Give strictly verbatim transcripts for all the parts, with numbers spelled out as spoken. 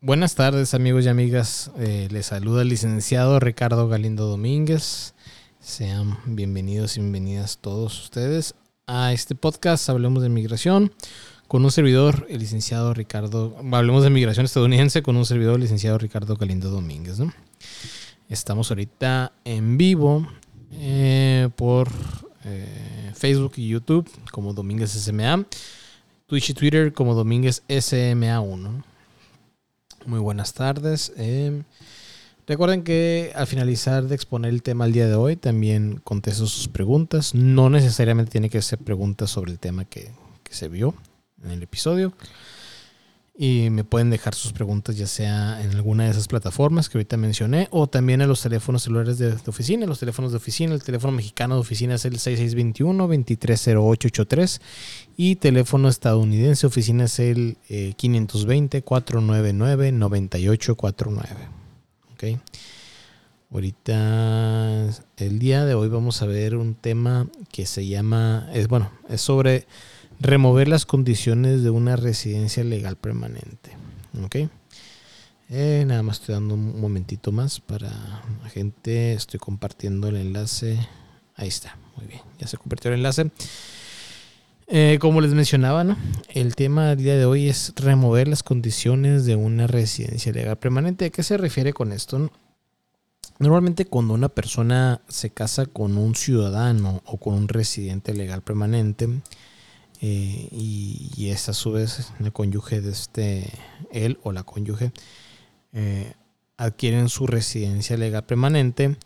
Buenas tardes, amigos y amigas. Eh, les saluda el licenciado Ricardo Galindo Domínguez. Sean bienvenidos y bienvenidas todos ustedes a este podcast Hablemos de Migración con un servidor, el licenciado Ricardo. Hablemos de migración estadounidense con un servidor, el licenciado Ricardo Galindo Domínguez, ¿no? Estamos ahorita en vivo eh, por eh, Facebook y YouTube como Domínguez S M A, Twitch y Twitter como Domínguez S M A uno. Muy buenas tardes. Eh, recuerden que al finalizar de exponer el tema el día de hoy, también contesto sus preguntas. No necesariamente tiene que ser preguntas sobre el tema que, que se vio en el episodio. Y me pueden dejar sus preguntas ya sea en alguna de esas plataformas que ahorita mencioné o también a los teléfonos celulares de, de oficina. Los teléfonos de oficina, el teléfono mexicano de oficina es el seis seis dos uno, dos tres cero ocho ocho tres y teléfono estadounidense de oficina es el eh, cinco dos cero, cuatro nueve nueve, nueve ocho cuatro nueve. Okay. Ahorita, el día de hoy vamos a ver un tema que se llama, es bueno, es sobre remover las condiciones de una residencia legal permanente. ¿Ok? Eh, nada más estoy dando un momentito más para la gente. Estoy compartiendo el enlace. Ahí está. Muy bien. Ya se compartió el enlace. Eh, como les mencionaba, ¿no? El tema del día de hoy es remover las condiciones de una residencia legal permanente. ¿A qué se refiere con esto, no? Normalmente cuando una persona se casa con un ciudadano o con un residente legal permanente, Eh, y, y es a su vez el cónyuge de este, él o la cónyuge, eh, adquieren su residencia legal permanente.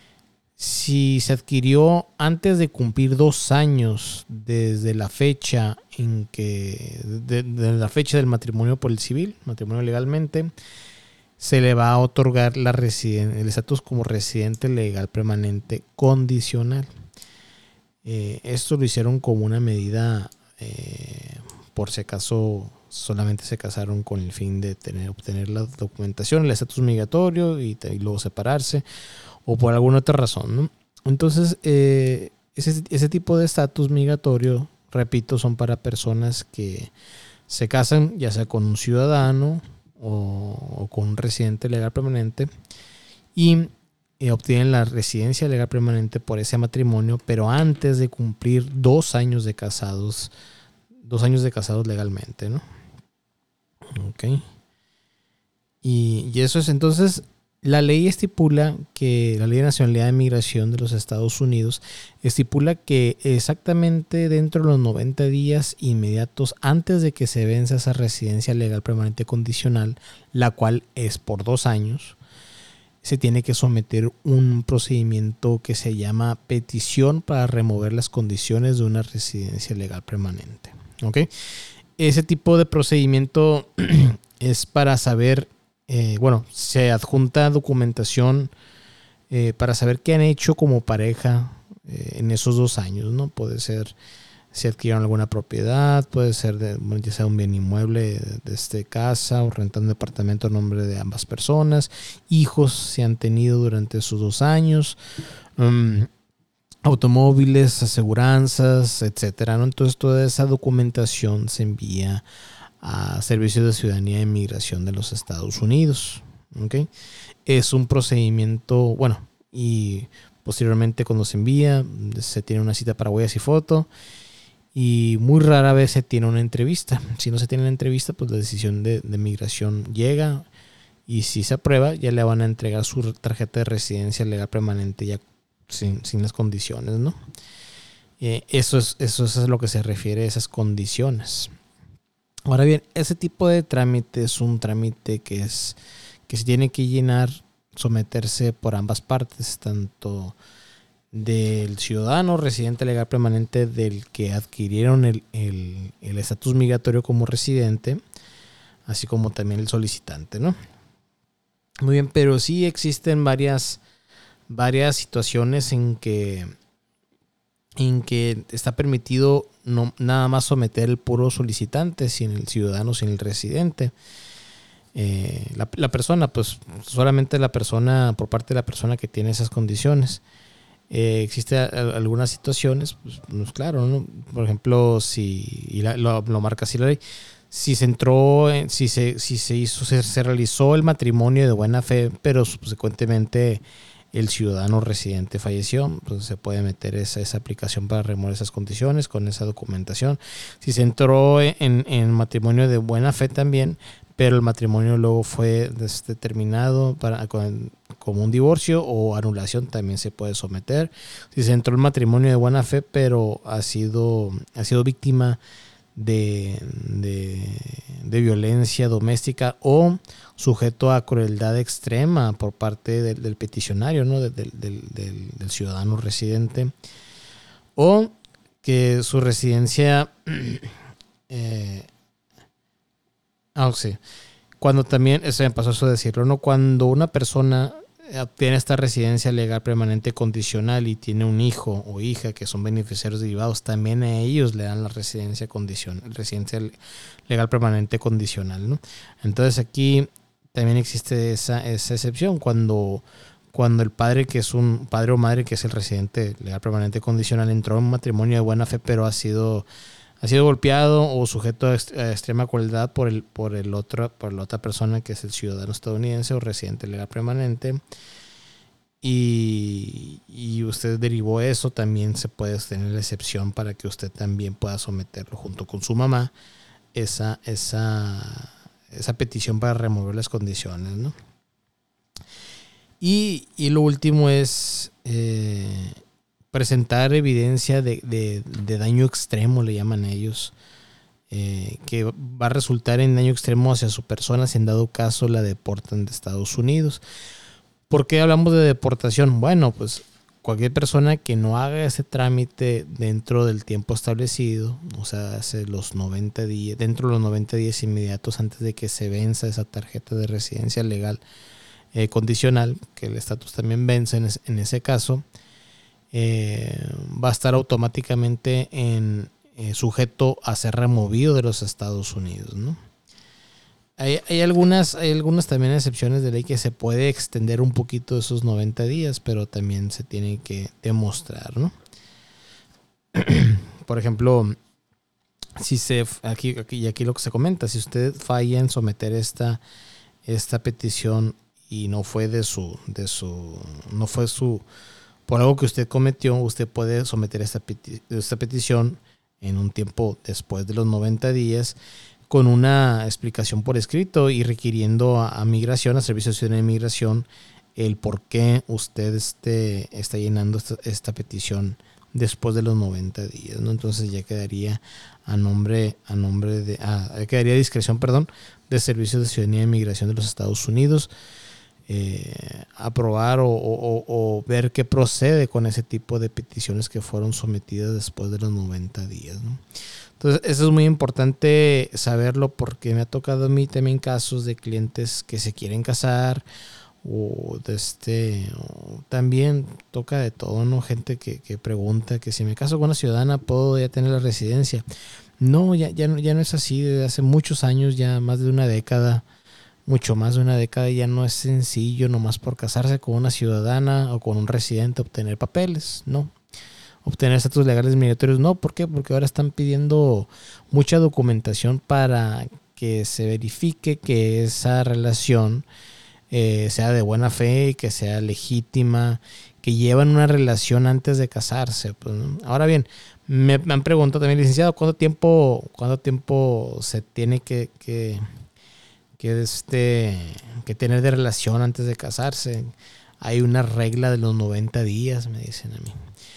Si se adquirió antes de cumplir dos años desde la fecha en que, de, de la fecha del matrimonio por el civil, matrimonio legalmente, se le va a otorgar la residen- el estatus como residente legal permanente condicional. Eh, esto lo hicieron como una medida Eh, por si acaso solamente se casaron con el fin de tener, obtener la documentación, el estatus migratorio y, y luego separarse o por alguna otra razón, ¿no? Entonces eh, ese, ese tipo de estatus migratorio, repito, son para personas que se casan ya sea con un ciudadano o, o con un residente legal permanente y eh, obtienen la residencia legal permanente por ese matrimonio, pero antes de cumplir dos años de casados, dos años de casados legalmente, ¿no? Ok. Y, y eso es entonces, la ley estipula que, la Ley de Nacionalidad de Migración de los Estados Unidos estipula que exactamente dentro de los noventa días inmediatos antes de que se venza esa residencia legal permanente condicional, la cual es por dos años, se tiene que someter un procedimiento que se llama petición para remover las condiciones de una residencia legal permanente. ¿Okay? Ese tipo de procedimiento es para saber, eh, bueno, se adjunta documentación eh, para saber qué han hecho como pareja eh, en esos dos años, ¿no? Puede ser si adquirieron alguna propiedad, puede ser de, bueno, ya sea un bien inmueble de, de este casa o rentar un departamento a nombre de ambas personas, hijos si han tenido durante esos dos años, um, automóviles, aseguranzas, etcétera, ¿no? Entonces toda esa documentación se envía a Servicios de Ciudadanía e Inmigración de los Estados Unidos. ¿Okay? Es un procedimiento, bueno, y posteriormente cuando se envía se tiene una cita para huellas y foto. Y muy rara vez se tiene una entrevista. Si no se tiene una entrevista, pues la decisión de, de migración llega. Y si se aprueba, ya le van a entregar su tarjeta de residencia legal permanente ya sin, sin las condiciones, ¿no? Eh, eso, es, eso es a lo que se refiere a esas condiciones. Ahora bien, ese tipo de trámite es un trámite que, es, que se tiene que llenar, someterse por ambas partes, tanto del ciudadano residente legal permanente del que adquirieron el, el, el estatus migratorio como residente, así como también el solicitante, ¿no? Muy bien, pero sí existen varias, varias situaciones en que, en que está permitido no, nada más someter el puro solicitante, sin el ciudadano, sin el residente. Eh, la, la persona, pues solamente la persona, por parte de la persona que tiene esas condiciones. Eh, existen algunas situaciones, pues, pues claro, ¿no? Por ejemplo, si y la, lo, lo marca así la ley, si se entró, en, si se, si se hizo, se, se realizó el matrimonio de buena fe, pero subsecuentemente el ciudadano residente falleció, pues se puede meter esa, esa aplicación para remover esas condiciones con esa documentación. Si se entró en, en matrimonio de buena fe también, pero el matrimonio luego fue este, terminado para, con, como un divorcio o anulación, también se puede someter. Si se entró en matrimonio de buena fe, pero ha sido, ha sido víctima de, de, de violencia doméstica o sujeto a crueldad extrema por parte del, del peticionario, ¿no? del, del, del, del ciudadano residente, o que su residencia eh, ah, sí. Cuando también, eso me pasó eso de decirlo, ¿no? Cuando una persona obtiene esta residencia legal permanente condicional y tiene un hijo o hija que son beneficiarios derivados, también a ellos le dan la residencia condicional, residencia legal permanente condicional, ¿no? Entonces aquí también existe esa, esa excepción cuando, cuando el padre que es un padre o madre que es el residente legal permanente condicional entró en un matrimonio de buena fe, pero ha sido ha sido golpeado o sujeto a extrema crueldad por el por el otro por la otra persona que es el ciudadano estadounidense o residente legal permanente, y, y usted derivó eso, también se puede tener la excepción para que usted también pueda someterlo junto con su mamá esa esa esa petición para remover las condiciones, ¿no? Y, y lo último es eh, presentar evidencia de, de, de daño extremo, le llaman ellos, eh, que va a resultar en daño extremo hacia su persona si en dado caso la deportan de Estados Unidos. ¿Por qué hablamos de deportación? Bueno, pues cualquier persona que no haga ese trámite dentro del tiempo establecido, o sea, hace los noventa días, dentro de los noventa días inmediatos antes de que se venza esa tarjeta de residencia legal eh, condicional, que el estatus también vence en, es, en ese caso, Eh, va a estar automáticamente en, eh, sujeto a ser removido de los Estados Unidos, ¿no? Hay, hay, algunas, hay algunas también excepciones de ley que se puede extender un poquito esos noventa días, pero también se tiene que demostrar, ¿no? Por ejemplo, si se aquí, aquí y aquí lo que se comenta, si usted falla en someter esta, esta petición y no fue de su, de su, no fue su por algo que usted cometió, usted puede someter esta, peti- esta petición en un tiempo después de los noventa días con una explicación por escrito y requiriendo a, a migración, a Servicio Ciudadano de Migración, el por qué usted esté, está llenando esta, esta petición después de los noventa días, ¿no? Entonces ya quedaría a nombre, a nombre de, ah, quedaría a discreción, perdón, de Servicios de Ciudadanía de Migración de los Estados Unidos. Eh, aprobar o, o, o ver qué procede con ese tipo de peticiones que fueron sometidas después de los noventa días, ¿no? Entonces eso es muy importante saberlo porque me ha tocado a mí también casos de clientes que se quieren casar o de este o también toca de todo, ¿no? Gente que, que pregunta que si me caso con una ciudadana puedo ya tener la residencia. No, ya, ya, no, ya no es así. Desde hace muchos años, ya más de una década, mucho más de una década, ya no es sencillo nomás por casarse con una ciudadana o con un residente obtener papeles, no. Obtener estatus legales migratorios, no. ¿Por qué? Porque ahora están pidiendo mucha documentación para que se verifique que esa relación eh, sea de buena fe, que sea legítima, que llevan una relación antes de casarse. Pues, ¿no? Ahora bien, me, me han preguntado también, licenciado, ¿cuánto tiempo, cuánto tiempo se tiene que... que que este que tener de relación antes de casarse? Hay una regla de los noventa días, me dicen a mí.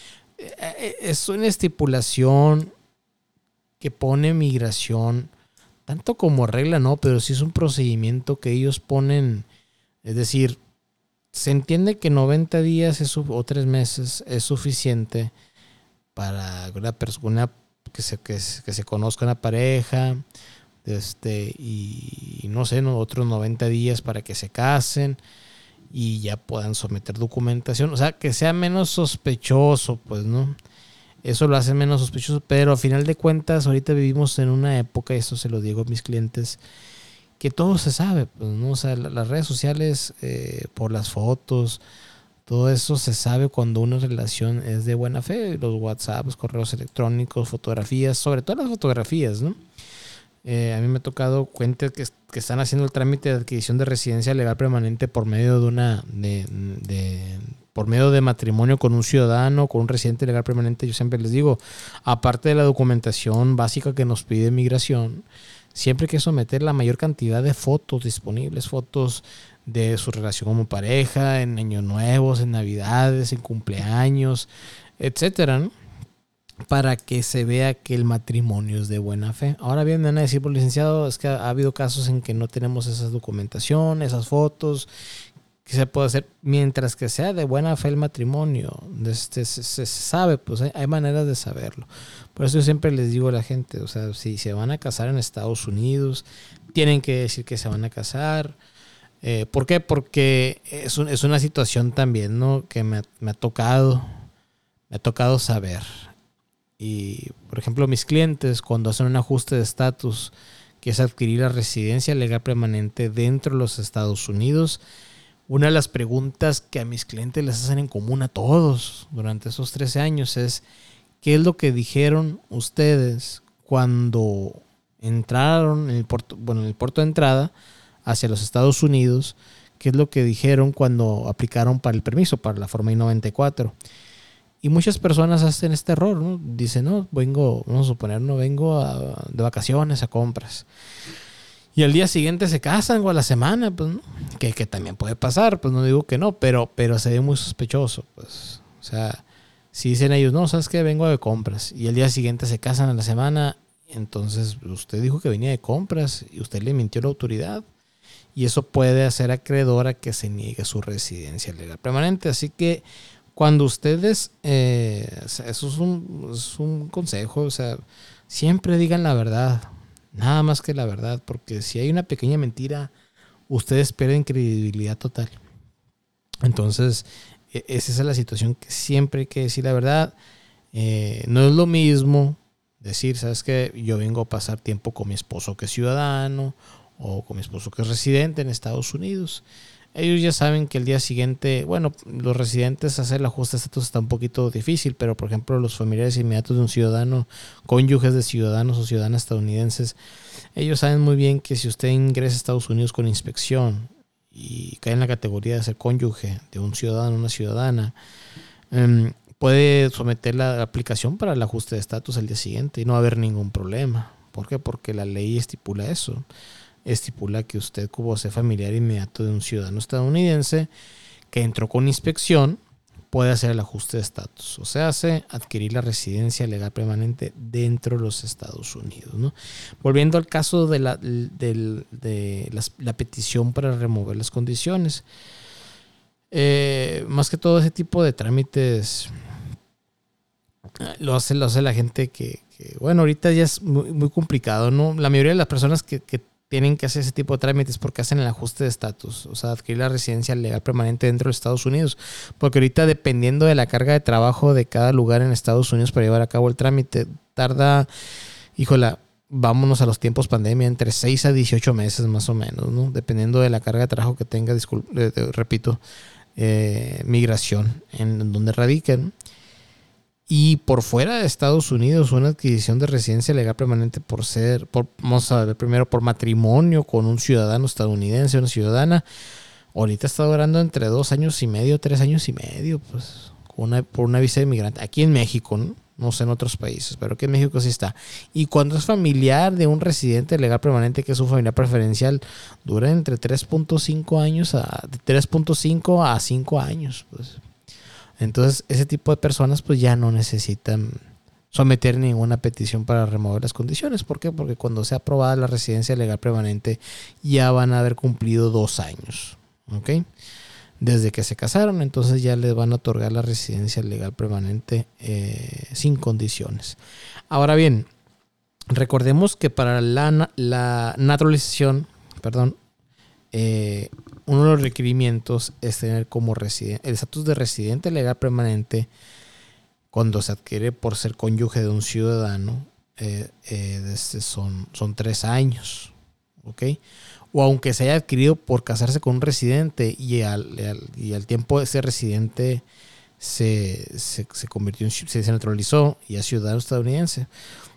Es una estipulación que pone migración, tanto como regla no, pero sí es un procedimiento que ellos ponen. Es decir, se entiende que noventa días es, o tres meses es suficiente para una persona que se, que, que se conozca una pareja, Este, y no sé, ¿no? otros noventa días para que se casen y ya puedan someter documentación, o sea, que sea menos sospechoso, pues, ¿no? Eso lo hace menos sospechoso, pero a final de cuentas ahorita vivimos en una época, y eso se lo digo a mis clientes, que todo se sabe, pues, ¿no? O sea, las redes sociales, eh, por las fotos, todo eso se sabe cuando una relación es de buena fe, los WhatsApps, correos electrónicos, fotografías, sobre todo las fotografías, ¿no? Eh, a mí me ha tocado cuentas que, que están haciendo el trámite de adquisición de residencia legal permanente por medio de una de, de por medio de matrimonio con un ciudadano, con un residente legal permanente. Yo siempre les digo, aparte de la documentación básica que nos pide migración, siempre hay que someter la mayor cantidad de fotos disponibles, fotos de su relación como pareja, en años nuevos, en navidades, en cumpleaños, etcétera, ¿no? Para que se vea que el matrimonio es de buena fe. Ahora bien, me van a decir, por licenciado, es que ha, ha habido casos en que no tenemos esa documentación, esas fotos, que se puede hacer mientras que sea de buena fe el matrimonio. Este, se, se, se sabe, pues hay, hay maneras de saberlo. Por eso yo siempre les digo a la gente, o sea, si se van a casar en Estados Unidos, tienen que decir que se van a casar. Eh, ¿Por qué? Porque es, un, es una situación también, ¿no? Que me, me ha tocado, me ha tocado saber. Y, por ejemplo, mis clientes, cuando hacen un ajuste de estatus, que es adquirir la residencia legal permanente dentro de los Estados Unidos, una de las preguntas que a mis clientes les hacen en común a todos durante esos trece años es: ¿qué es lo que dijeron ustedes cuando entraron en el puerto, bueno, en el puerto de entrada hacia los Estados Unidos? ¿Qué es lo que dijeron cuando aplicaron para el permiso, para la forma I noventa y cuatro? Y muchas personas hacen este error, ¿no? Dicen, no, vengo, vamos a suponer, no vengo a, de vacaciones, a compras. Y al día siguiente se casan o a la semana, pues, ¿no? Que, que también puede pasar, pues no digo que no, pero, pero se ve muy sospechoso, pues. O sea, si dicen ellos, no, ¿sabes qué? Vengo de compras. Y al día siguiente se casan a la semana, entonces usted dijo que venía de compras y usted le mintió a la autoridad. Y eso puede hacer acreedor a que se niegue su residencia legal permanente. Así que cuando ustedes, eh, eso es un, es un consejo, o sea, siempre digan la verdad, nada más que la verdad, porque si hay una pequeña mentira, ustedes pierden credibilidad total. Entonces, esa es la situación, que siempre hay que decir la verdad. Eh, no es lo mismo decir, ¿sabes qué? Yo vengo a pasar tiempo con mi esposo que es ciudadano, o con mi esposo que es residente en Estados Unidos. Ellos ya saben que el día siguiente, bueno, los residentes hacer el ajuste de estatus está un poquito difícil, pero por ejemplo los familiares inmediatos de un ciudadano, cónyuges de ciudadanos o ciudadanas estadounidenses, ellos saben muy bien que si usted ingresa a Estados Unidos con inspección y cae en la categoría de ser cónyuge de un ciudadano o una ciudadana, um, puede someter la aplicación para el ajuste de estatus al día siguiente y no va a haber ningún problema. ¿Por qué? Porque la ley estipula eso. Estipula que usted, como sea familiar inmediato de un ciudadano estadounidense que entró con inspección, puede hacer el ajuste de estatus. O sea, hace adquirir la residencia legal permanente dentro de los Estados Unidos, ¿no? Volviendo al caso de la, de, de las, la petición para remover las condiciones. Eh, más que todo ese tipo de trámites lo hace, lo hace la gente que, que, bueno, ahorita ya es muy, muy complicado, ¿no? La mayoría de las personas que, que tienen que hacer ese tipo de trámites porque hacen el ajuste de estatus, o sea, adquirir la residencia legal permanente dentro de Estados Unidos, porque ahorita, dependiendo de la carga de trabajo de cada lugar en Estados Unidos para llevar a cabo el trámite, tarda, híjola, vámonos a los tiempos pandemia, entre seis a dieciocho meses más o menos, ¿no? Dependiendo de la carga de trabajo que tenga, disculpe, eh, repito, eh, migración en donde radiquen. Y por fuera de Estados Unidos, una adquisición de residencia legal permanente por ser, por, vamos a ver primero, por matrimonio con un ciudadano estadounidense, una ciudadana, ahorita está durando entre dos años y medio, tres años y medio, pues, con una, por una visa de inmigrante. Aquí en México, ¿no? No sé en otros países, pero aquí en México sí está. Y cuando es familiar de un residente legal permanente, que es su familiar preferencial, dura entre tres punto cinco años a tres punto cinco a cinco años, pues. Entonces, ese tipo de personas pues ya no necesitan someter ninguna petición para remover las condiciones. ¿Por qué? Porque cuando sea aprobada la residencia legal permanente ya van a haber cumplido dos años. ¿Ok? Desde que se casaron, entonces ya les van a otorgar la residencia legal permanente eh, sin condiciones. Ahora bien, recordemos que para la, la naturalización, perdón, eh, uno de los requerimientos es tener como residente, el estatus de residente legal permanente cuando se adquiere por ser cónyuge de un ciudadano, eh, eh, son, son tres años, ¿ok? O aunque se haya adquirido por casarse con un residente y al, al, y al tiempo ese residente se, se, se convirtió en, se, se naturalizó y es ciudadano estadounidense,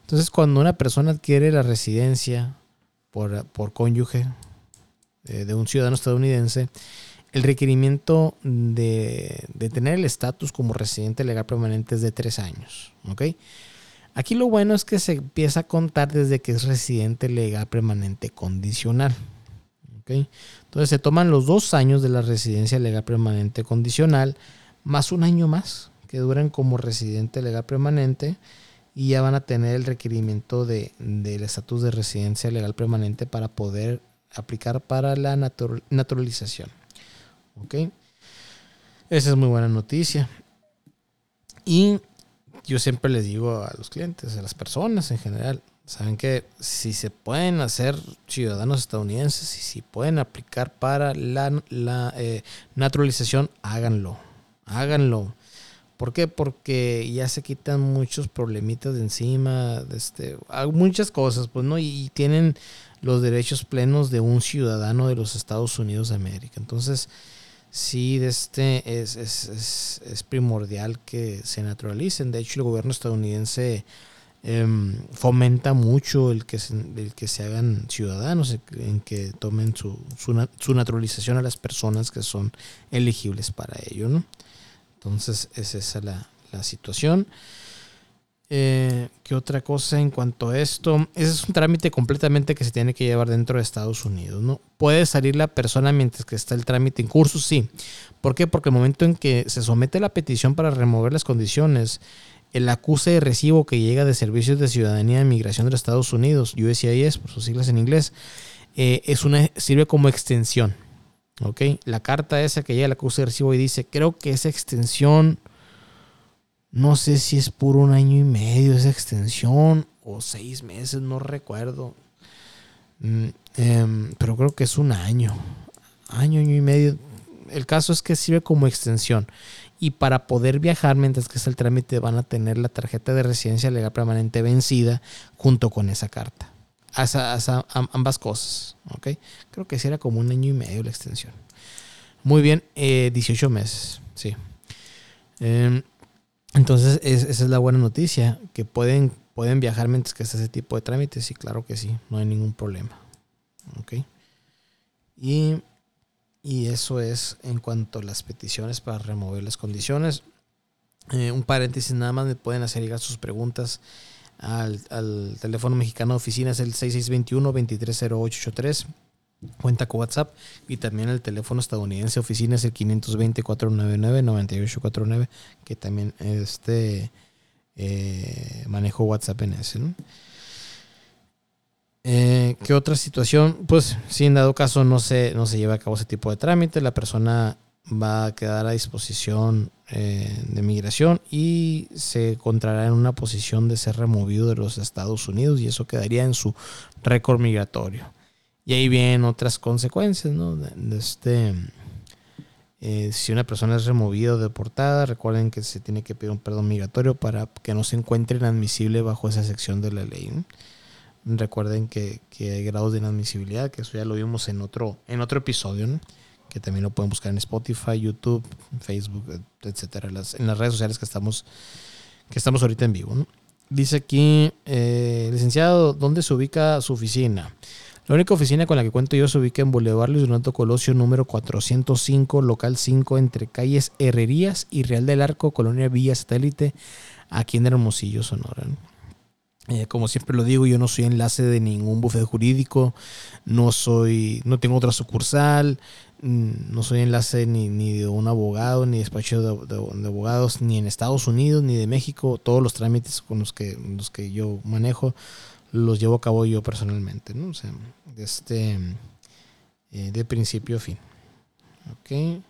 Entonces, cuando una persona adquiere la residencia por, por cónyuge eh, de un ciudadano estadounidense, el requerimiento de, de tener el estatus como residente legal permanente es de tres años. ¿Ok? Aquí lo bueno es que se empieza a contar desde que es residente legal permanente condicional. ¿Ok? Entonces se toman los dos años de la residencia legal permanente condicional más un año más que duran como residente legal permanente y ya van a tener el requerimiento de, del estatus de residencia legal permanente para poder aplicar para la natur- naturalización. ¿Ok? Esa es muy buena noticia. Y yo siempre les digo a los clientes, a las personas en general, saben que si se pueden hacer ciudadanos estadounidenses y si pueden aplicar para la, la eh, naturalización, háganlo. Háganlo. ¿Por qué? Porque ya se quitan muchos problemitas de encima, de este, muchas cosas, pues, ¿no? Y, y tienen los derechos plenos de un ciudadano de los Estados Unidos de América. Entonces, sí, de este es, es, es, es primordial que se naturalicen. De hecho, el gobierno estadounidense eh, fomenta mucho el que, se, el que se hagan ciudadanos, en que tomen su, su, su naturalización a las personas que son elegibles para ello, ¿no? Entonces, es esa la, la situación. Eh, ¿Qué otra cosa en cuanto a esto? Ese es un trámite completamente que se tiene que llevar dentro de Estados Unidos, ¿no? ¿Puede salir la persona mientras que está el trámite en curso? Sí. ¿Por qué? Porque el momento en que se somete la petición para remover las condiciones, el acuse de recibo que llega de Servicios de Ciudadanía y Migración de los Estados Unidos, U S C I S, por sus siglas en inglés, eh, es una, sirve como extensión. ¿Ok? La carta esa que llega al acuse de recibo y dice, creo que esa extensión, no sé si es por un año y medio esa extensión o seis meses, no recuerdo. Mm, eh, pero creo que es un año, año, año y medio. El caso es que sirve como extensión. Y para poder viajar mientras que está el trámite van a tener la tarjeta de residencia legal permanente vencida junto con esa carta. Asa, asa, ambas cosas, ¿ok? Creo que sí era como un año y medio la extensión. Muy bien, eh, dieciocho meses, sí. Eh, entonces, es, esa es la buena noticia, que pueden, pueden viajar mientras que está ese tipo de trámites, y claro que sí, no hay ningún problema, ¿ok? Y, y eso es en cuanto a las peticiones para remover las condiciones. Eh, un paréntesis nada más, me pueden hacer llegar sus preguntas Al, al teléfono mexicano de oficina, es el seis seis dos uno, dos tres cero ocho ocho tres, cuenta con WhatsApp, y también el teléfono estadounidense oficina es el quinientos veinte, cuatrocientos noventa y nueve, noventa y ocho cuarenta y nueve, que también este eh, manejo WhatsApp en ese, ¿no? Eh, ¿Qué otra situación? Pues si en dado caso no se, no se lleva a cabo ese tipo de trámite, la persona va a quedar a disposición eh, de migración y se encontrará en una posición de ser removido de los Estados Unidos, y eso quedaría en su récord migratorio. Y ahí vienen otras consecuencias, ¿no? De, de este, eh, si una persona es removida o deportada, recuerden que se tiene que pedir un perdón migratorio para que no se encuentre inadmisible bajo esa sección de la ley, ¿no? Recuerden que, que hay grados de inadmisibilidad, que eso ya lo vimos en otro, en otro episodio, ¿no? Que también lo pueden buscar en Spotify, YouTube, Facebook, etcétera, las, en las redes sociales que estamos, que estamos ahorita en vivo, ¿no? Dice aquí, eh, licenciado, ¿dónde se ubica su oficina? La única oficina con la que cuento yo se ubica en Boulevard Luis Donato Colosio, número cuatrocientos cinco, local cinco, entre calles Herrerías y Real del Arco, Colonia Villa Satélite, aquí en Hermosillo, Sonora, ¿no? Eh, como siempre lo digo, yo no soy enlace de ningún bufete jurídico, no soy, no tengo otra sucursal, no soy enlace ni, ni de un abogado, ni despacho de, de, de abogados, ni en Estados Unidos, ni de México. Todos los trámites con los que, los que yo manejo los llevo a cabo yo personalmente, ¿no? O sea, de, este, eh, de principio a fin. Ok. Eh,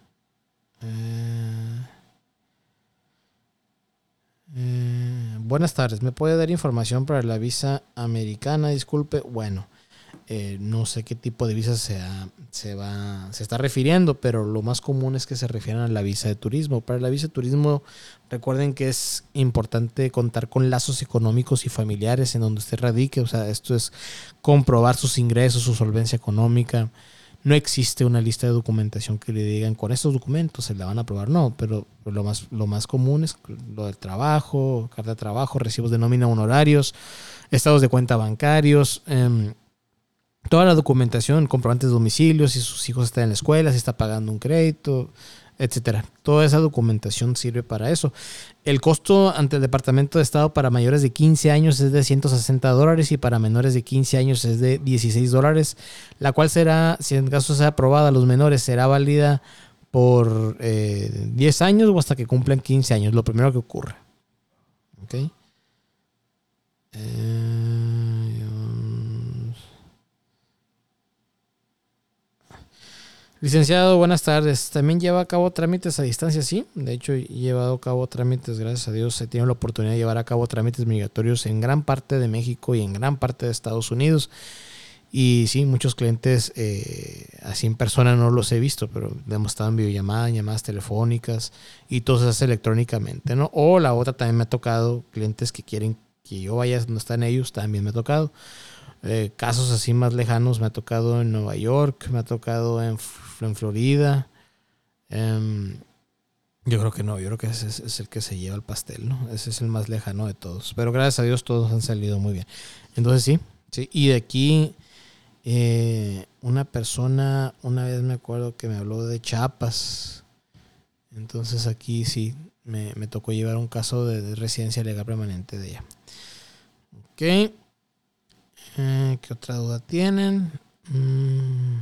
Eh, buenas tardes, ¿me puede dar información para la visa americana? Disculpe, bueno, eh, no sé qué tipo de visa se, ha, se, va, se está refiriendo, pero lo más común es que se refieran a la visa de turismo. Para la visa de turismo, recuerden que es importante contar con lazos económicos y familiares en donde usted radique. O sea, esto es comprobar sus ingresos, su solvencia económica. no existe una lista de documentación que le digan con estos documentos se la van a aprobar. No, pero lo más, lo más común es lo del trabajo, carta de trabajo, recibos de nómina, honorarios, estados de cuenta bancarios, eh, toda la documentación, comprobantes de domicilio, si sus hijos están en la escuela, si está pagando un crédito, etcétera. Toda esa documentación sirve para eso. El costo ante el Departamento de Estado para mayores de quince años es de ciento sesenta dólares y para menores de quince años es de dieciséis dólares, la cual será, si en caso sea aprobada a los menores, será válida por eh, diez años o hasta que cumplan quince años, lo primero que ocurre. ¿Ok? Eh, Licenciado, buenas tardes. ¿También lleva a cabo trámites a distancia? Sí, de hecho he llevado a cabo trámites, gracias a Dios he tenido la oportunidad de llevar a cabo trámites migratorios en gran parte de México y en gran parte de Estados Unidos. Y sí, muchos clientes eh, así en persona no los he visto, pero hemos estado en videollamadas, llamadas telefónicas y todo se hace electrónicamente, ¿no? O la otra también me ha tocado clientes que quieren que yo vaya donde están ellos, también me ha tocado. Eh, casos así más lejanos me ha tocado en Nueva York, me ha tocado en, en Florida. Um, yo creo que no, yo creo que ese es, es el que se lleva el pastel, ¿no? Ese es el más lejano de todos. Pero gracias a Dios todos han salido muy bien. Entonces sí, sí. Y de aquí eh, una persona, una vez me acuerdo que me habló de Chiapas. Entonces aquí sí me, me tocó llevar un caso de, de residencia legal permanente de ella. Ok. Eh, ¿Qué otra duda tienen? Mm.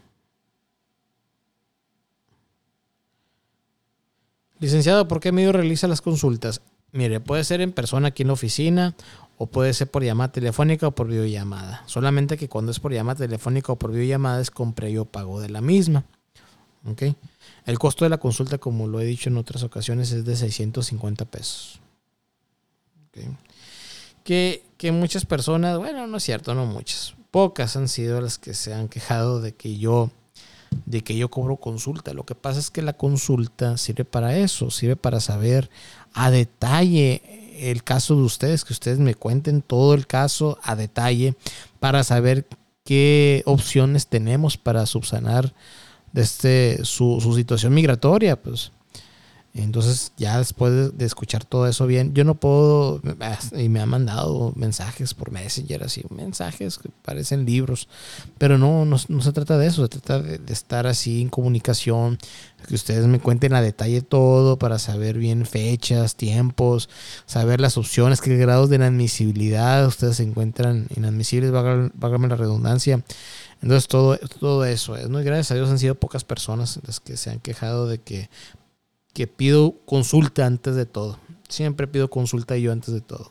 Licenciado, ¿por qué medio realiza las consultas? Mire, puede ser en persona aquí en la oficina o puede ser por llamada telefónica o por videollamada. Solamente que cuando es por llamada telefónica o por videollamada es con previo pago de la misma. ¿Okay? El costo de la consulta, como lo he dicho en otras ocasiones, es de seiscientos cincuenta pesos. ¿Okay? Que, que muchas personas, bueno, no es cierto, no muchas, pocas han sido las que se han quejado de que yo, de que yo cobro consulta. Lo que pasa es que la consulta sirve para eso, sirve para saber a detalle el caso de ustedes, que ustedes me cuenten todo el caso a detalle para saber qué opciones tenemos para subsanar desde su, su situación migratoria, pues. Entonces ya después de escuchar todo eso bien, yo no puedo, y me han mandado mensajes por Messenger, así, mensajes que parecen libros, pero no, no, no se trata de eso, se trata de, de estar así en comunicación, que ustedes me cuenten a detalle todo para saber bien fechas, tiempos, saber las opciones, qué grados de inadmisibilidad ustedes se encuentran inadmisibles, válgame la redundancia. Entonces todo, todo eso es, ¿no? Y gracias a Dios han sido pocas personas las que se han quejado de que que pido consulta antes de todo. Siempre pido consulta yo antes de todo.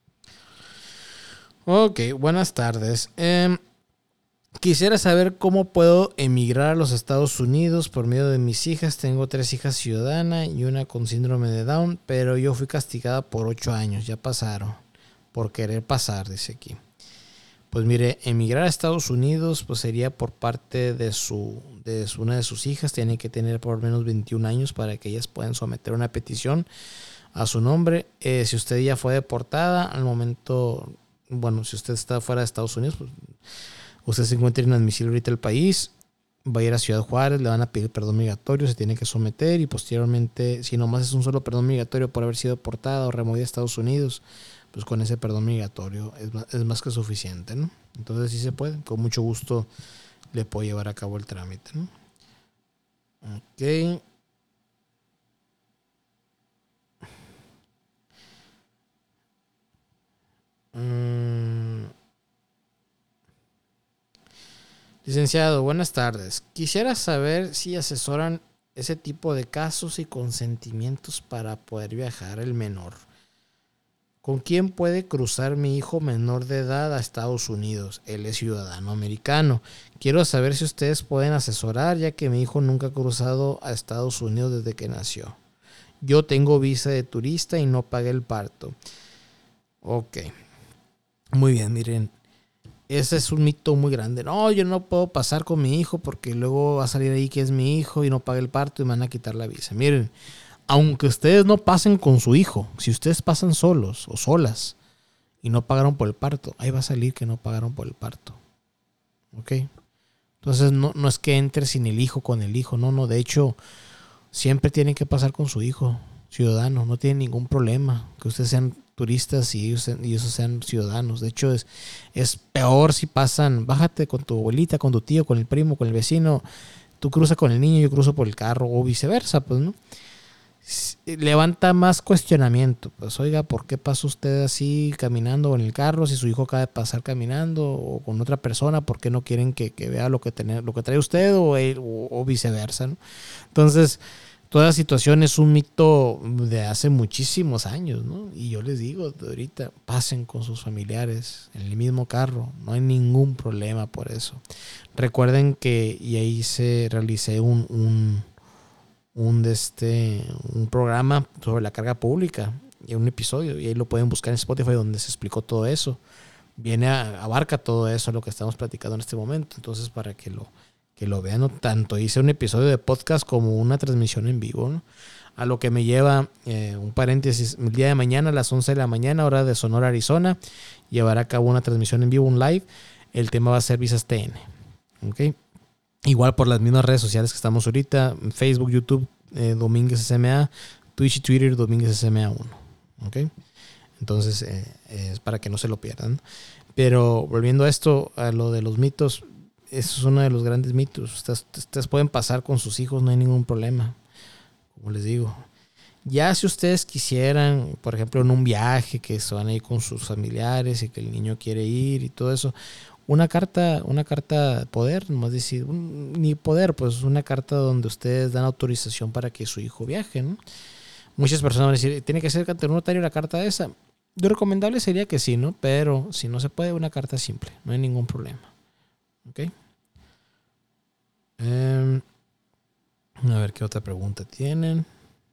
Ok, buenas tardes. Eh, quisiera saber cómo puedo emigrar a los Estados Unidos por medio de mis hijas. Tengo tres hijas ciudadanas y una con síndrome de Down, pero yo fui castigada por ocho años. Ya pasaron. Por querer pasar, dice aquí. Pues mire, emigrar a Estados Unidos pues sería por parte de su de su, una de sus hijas. Tiene que tener por lo menos veintiún años para que ellas puedan someter una petición a su nombre. Eh, si usted ya fue deportada, al momento, bueno, si usted está fuera de Estados Unidos, pues usted se encuentra inadmisible ahorita el país, va a ir a Ciudad Juárez, le van a pedir perdón migratorio, se tiene que someter y posteriormente, si nomás es un solo perdón migratorio por haber sido deportada o removida a Estados Unidos, pues con ese perdón migratorio es más, es más que suficiente, ¿no? Entonces sí se puede, con mucho gusto le puedo llevar a cabo el trámite, ¿no? Ok. Mm. Licenciado, buenas tardes. Quisiera saber si asesoran ese tipo de casos y consentimientos para poder viajar el menor. ¿Con quién puede cruzar mi hijo menor de edad a Estados Unidos? Él es ciudadano americano. Quiero saber si ustedes pueden asesorar, ya que mi hijo nunca ha cruzado a Estados Unidos desde que nació. Yo tengo visa de turista y no pagué el parto. Ok. Muy bien, miren. Ese es un mito muy grande. No, yo no puedo pasar con mi hijo porque luego va a salir ahí que es mi hijo y no pagué el parto y me van a quitar la visa. Miren. Aunque ustedes no pasen con su hijo, si ustedes pasan solos o solas y no pagaron por el parto, ahí va a salir que no pagaron por el parto. ¿Ok? Entonces no, no es que entre sin el hijo, con el hijo, no, no, de hecho siempre tienen que pasar con su hijo ciudadano, no tienen ningún problema que ustedes sean turistas y ellos, y ellos sean ciudadanos. De hecho es, es peor si pasan, bájate con tu abuelita, con tu tío, con el primo, con el vecino, tú cruzas con el niño, yo cruzo por el carro o viceversa, pues, ¿no? Levanta más cuestionamiento, pues, oiga, ¿por qué pasa usted así caminando en el carro si su hijo acaba de pasar caminando o con otra persona? ¿Por qué no quieren que, que vea lo que, tener, lo que trae usted o, él, o, o viceversa, ¿no? Entonces, toda situación es un mito de hace muchísimos años, ¿no? Y yo les digo, de ahorita, pasen con sus familiares en el mismo carro, no hay ningún problema por eso. Recuerden que, y ahí se realicé un... un un, de este, un programa sobre la carga pública y un episodio, y ahí lo pueden buscar en Spotify donde se explicó todo eso. Viene a, abarca todo eso lo que estamos platicando en este momento, entonces para que lo, que lo vean, ¿no? Tanto hice un episodio de podcast como una transmisión en vivo, ¿no? A lo que me lleva eh, un paréntesis, el día de mañana a las once de la mañana, hora de Sonora, Arizona, llevará a cabo una transmisión en vivo, un live. El tema va a ser visas T N, ¿ok? Igual por las mismas redes sociales que estamos ahorita, Facebook, YouTube, eh, Domínguez S M A, Twitch y Twitter, Domínguez S M A uno. ¿Ok? Entonces, eh, es para que no se lo pierdan. Pero volviendo a esto, a lo de los mitos, eso es uno de los grandes mitos. Ustedes, ustedes pueden pasar con sus hijos, no hay ningún problema. Como les digo. Ya si ustedes quisieran, por ejemplo, en un viaje, que se van a ir con sus familiares y que el niño quiere ir y todo eso, Una carta, una carta de poder, nomás decir, un, ni poder, pues una carta donde ustedes dan autorización para que su hijo viaje, ¿no? Muchas personas van a decir, ¿tiene que ser ante un notario la carta esa? Lo recomendable sería que sí, ¿no? Pero si no se puede, una carta simple, no hay ningún problema. ¿Ok? Eh, a ver qué otra pregunta tienen.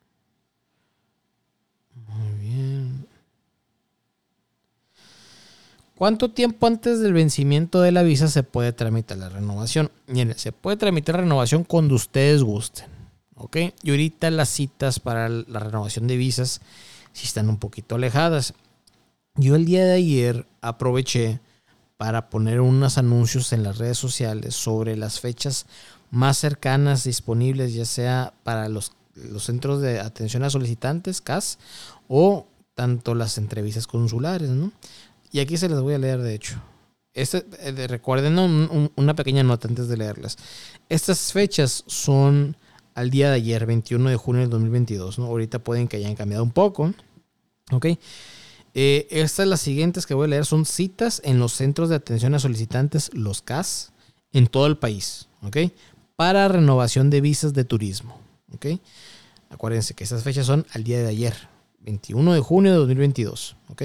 Muy bien. ¿Cuánto tiempo antes del vencimiento de la visa se puede tramitar la renovación? Miren, se puede tramitar la renovación cuando ustedes gusten, ¿ok? Y ahorita las citas para la renovación de visas sí están un poquito alejadas. Yo el día de ayer aproveché para poner unos anuncios en las redes sociales sobre las fechas más cercanas disponibles, ya sea para los, los centros de atención a solicitantes, C A S, o tanto las entrevistas consulares, ¿no? Y aquí se las voy a leer, de hecho. Este, eh, recuerden, ¿no? un, un, una pequeña nota antes de leerlas. Estas fechas son al día de ayer, veintiuno de junio del dos mil veintidós, ¿no? Ahorita pueden que hayan cambiado un poco. ¿Ok? Eh, estas, las siguientes que voy a leer, son citas en los centros de atención a solicitantes, los C A S, en todo el país. ¿Ok? Para renovación de visas de turismo. ¿Ok? Acuérdense que estas fechas son al día de ayer, veintiuno de junio de dos mil veintidós. ¿Ok?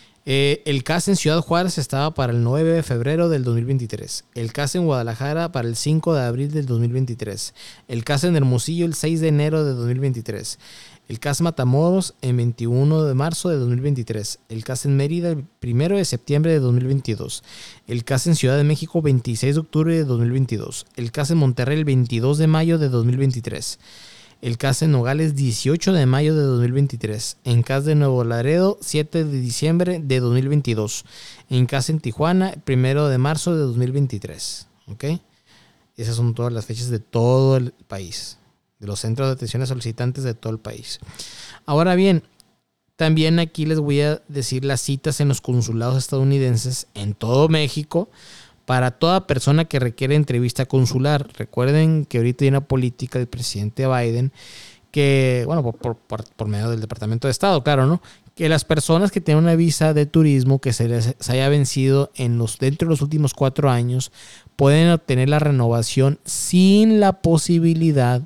Eh, el C A S en Ciudad Juárez estaba para el nueve de febrero del dos mil veintitrés. El C A S en Guadalajara para el cinco de abril del dos mil veintitrés. El C A S en Hermosillo el seis de enero de dos mil veintitrés. El C A S Matamoros en veintiuno de marzo de dos mil veintitrés. El C A S en Mérida el primero de septiembre de dos mil veintidós. El C A S en Ciudad de México veintiséis de octubre de dos mil veintidós. El C A S en Monterrey el veintidós de mayo de dos mil veintitrés. El C A S en Nogales dieciocho de mayo de dos mil veintitrés. En C A S de Nuevo Laredo siete de diciembre de dos mil veintidós. En C A S en Tijuana primero de marzo de dos mil veintitrés. ¿Ok? Esas son todas las fechas de todo el país. De los centros de atención a solicitantes de todo el país. Ahora bien, también aquí les voy a decir las citas en los consulados estadounidenses en todo México para toda persona que requiere entrevista consular. Recuerden que ahorita hay una política del presidente Biden que, bueno, por, por, por medio del Departamento de Estado, claro, ¿no? Que las personas que tienen una visa de turismo que se les se haya vencido en los, dentro de los últimos cuatro años pueden obtener la renovación sin la posibilidad,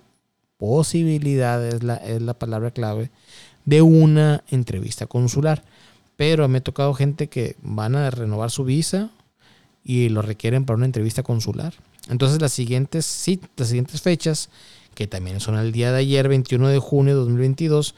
posibilidad es la, es la palabra clave, de una entrevista consular. Pero me ha tocado gente que van a renovar su visa y lo requieren para una entrevista consular. Entonces las siguientes, sí, las siguientes fechas, que también son al día de ayer, veintiuno de junio de dos mil veintidós,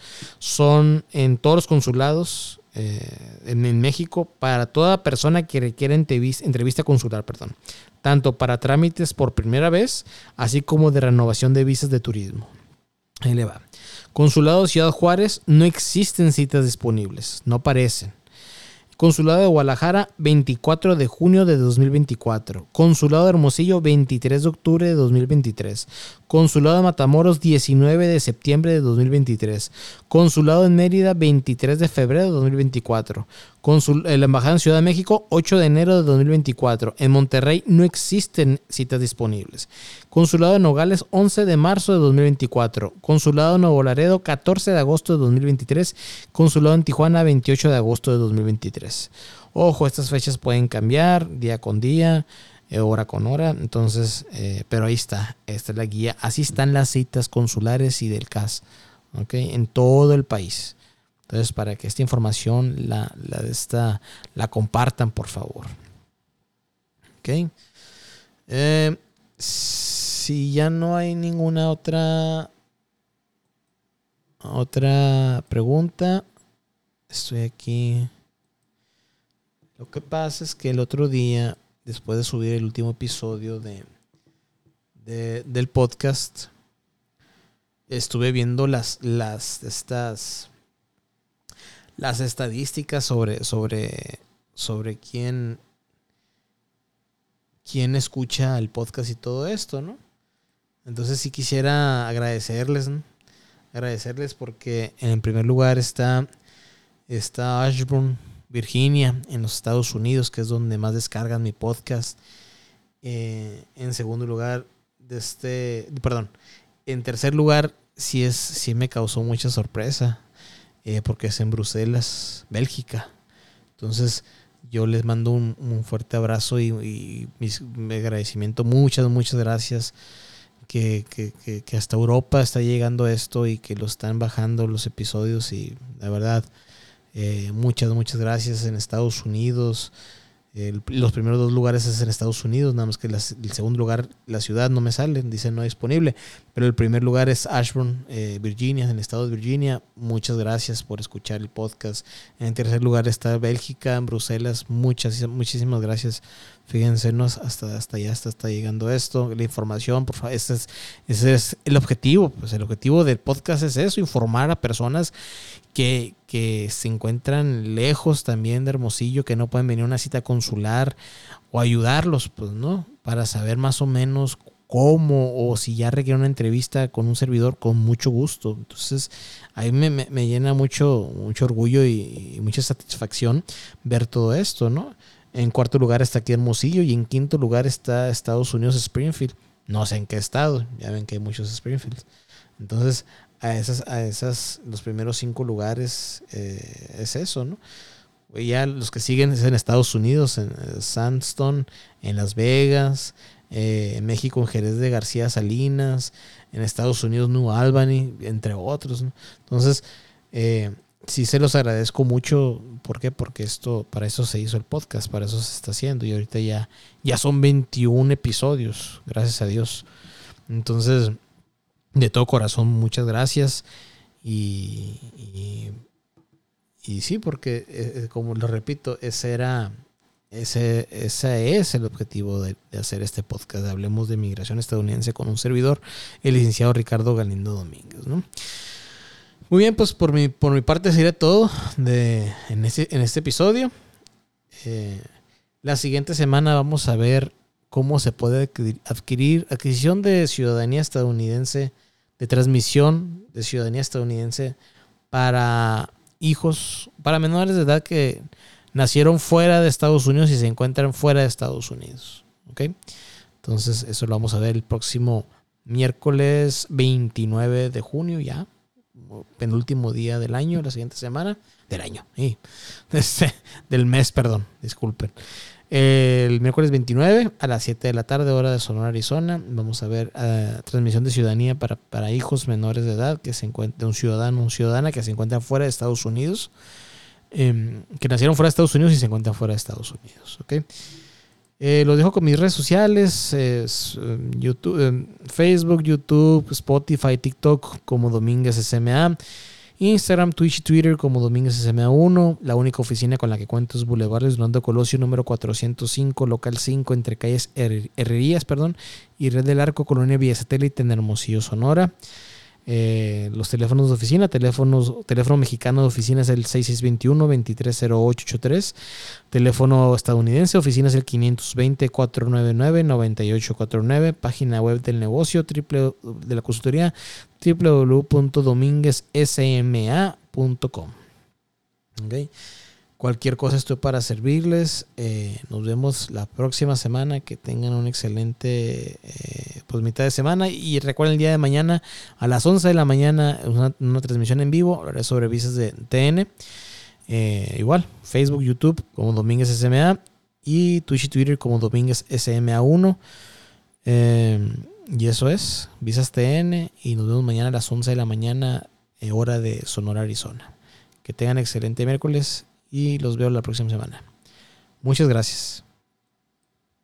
son en todos los consulados eh, en, en México para toda persona que requiera entrevista, entrevista consular, perdón, tanto para trámites por primera vez, así como de renovación de visas de turismo. Ahí le va. Consulado de Ciudad Juárez, no existen citas disponibles, no aparecen. Consulado de Guadalajara, veinticuatro de junio de dos mil veinticuatro. Consulado de Hermosillo, veintitrés de octubre de dos mil veintitrés. Consulado de Matamoros, diecinueve de septiembre de dos mil veintitrés. Consulado en Mérida, veintitrés de febrero de dos mil veinticuatro. Consul- la Embajada en Ciudad de México, ocho de enero de dos mil veinticuatro. En Monterrey no existen citas disponibles. Consulado de Nogales, once de marzo de dos mil veinticuatro. Consulado de Nuevo Laredo, catorce de agosto de dos mil veintitrés. Consulado en Tijuana, veintiocho de agosto de dos mil veintitrés. Ojo, estas fechas pueden cambiar día con día, eh, hora con hora. Entonces, eh, pero ahí está. Esta es la guía. Así están las citas consulares y del C A S, ¿okay? En todo el país. Entonces, para que esta información la, la, esta, la compartan, por favor. ¿Ok? Eh, si ya no hay ninguna otra otra pregunta, estoy aquí. Lo que pasa es que el otro día, después de subir el último episodio de, de del podcast, estuve viendo las las estas las estadísticas sobre sobre sobre quién quién escucha el podcast y todo esto, ¿no? Entonces sí quisiera agradecerles, ¿no? Agradecerles porque en primer lugar está está Ashburn, Virginia, en los Estados Unidos, que es donde más descargan mi podcast. Eh, en segundo lugar, de este, perdón, en tercer lugar, sí es, sí me causó mucha sorpresa, eh, porque es en Bruselas, Bélgica. Entonces, yo les mando un, un fuerte abrazo y, y mis, mi agradecimiento, muchas, muchas gracias. Que, que, que, que hasta Europa está llegando esto y que lo están bajando los episodios, y la verdad, eh, muchas, muchas gracias. En Estados Unidos, el, los primeros dos lugares es en Estados Unidos, nada más que las, el segundo lugar, la ciudad no me sale, dice no disponible, pero el primer lugar es Ashburn, eh, Virginia, en el estado de Virginia. Muchas gracias por escuchar el podcast. En tercer lugar está Bélgica, en Bruselas. Muchas, muchísimas gracias. Fíjense, ¿no? hasta, hasta allá hasta está llegando esto, la información, por favor. Ese es, ese es el objetivo. Pues el objetivo del podcast es eso, informar a personas que, que se encuentran lejos también de Hermosillo, que no pueden venir a una cita consular, o ayudarlos, pues, ¿no? Para saber más o menos cómo, o si ya requiere una entrevista con un servidor, con mucho gusto. Entonces, a mí me, me, me llena mucho, mucho orgullo y, y mucha satisfacción ver todo esto, ¿no? En cuarto lugar está aquí Hermosillo, y en quinto lugar está Estados Unidos, Springfield. No sé en qué estado, ya ven que hay muchos Springfields. Entonces, a esas, a esas, los primeros cinco lugares, eh, es eso, ¿no? Y ya los que siguen es en Estados Unidos, en Sandstone, en Las Vegas, eh, en México, en Jerez de García Salinas, en Estados Unidos, New Albany, entre otros, ¿no? Entonces, eh, sí se los agradezco mucho. ¿Por qué? Porque esto, para eso se hizo el podcast, para eso se está haciendo, y ahorita ya, ya son veintiún episodios, gracias a Dios. Entonces, de todo corazón, muchas gracias. Y, y, y sí, porque eh, como lo repito, ese era, ese, ese es el objetivo de, de hacer este podcast. Hablemos de migración estadounidense con un servidor, el licenciado Ricardo Galindo Domínguez, ¿no? Muy bien, pues por mi, por mi parte sería todo de, en, este, en este episodio. Eh, la siguiente semana vamos a ver cómo se puede adquirir adquisición de ciudadanía estadounidense, de transmisión de ciudadanía estadounidense para hijos, para menores de edad que nacieron fuera de Estados Unidos y se encuentran fuera de Estados Unidos. ¿Ok? Entonces eso lo vamos a ver el próximo miércoles veintinueve de junio, ya penúltimo día del año, la siguiente semana del año, sí. este, del mes, perdón, disculpen. El miércoles veintinueve a las siete de la tarde, hora de Sonora, Arizona, vamos a ver uh, transmisión de ciudadanía para, para hijos menores de edad que se encuentran, un ciudadano o ciudadana que se encuentran fuera de Estados Unidos, eh, que nacieron fuera de Estados Unidos y se encuentran fuera de Estados Unidos. ¿Ok? Eh, los dejo con mis redes sociales, es, eh, YouTube, eh, Facebook, YouTube, Spotify, TikTok como Domínguez S M A, Instagram, Twitch y Twitter como Domínguez S M A uno. La única oficina con la que cuento es Boulevard Hernando Colosio número cuatrocientos cinco, local cinco, entre calles Her- Herrerías, perdón, y Red del Arco, Colonia Villa Satélite, en Hermosillo, Sonora. Eh, los teléfonos de oficina, teléfonos, teléfono mexicano de oficina es el seis seis dos uno, dos tres cero ocho ocho tres. Teléfono estadounidense, oficina es el quinientos veinte, cuatrocientos noventa y nueve, noventa y ocho cuarenta y nueve. Página web del negocio, triple, de la consultoría, doble u doble u doble u punto domínguez s m a punto com. Okay. Cualquier cosa estoy para servirles. Eh, nos vemos la próxima semana. Que tengan un excelente eh, pues mitad de semana. Y recuerden, el día de mañana a las once de la mañana una, una transmisión en vivo. Hablaré sobre visas de T N. Eh, igual, Facebook, YouTube como Domínguez S M A. Y Twitch y Twitter como Domínguez S M A uno. Eh, y eso es, visas T N. Y nos vemos mañana a las once de la mañana, eh, hora de Sonora, Arizona. Que tengan excelente miércoles. Y los veo la próxima semana. Muchas gracias.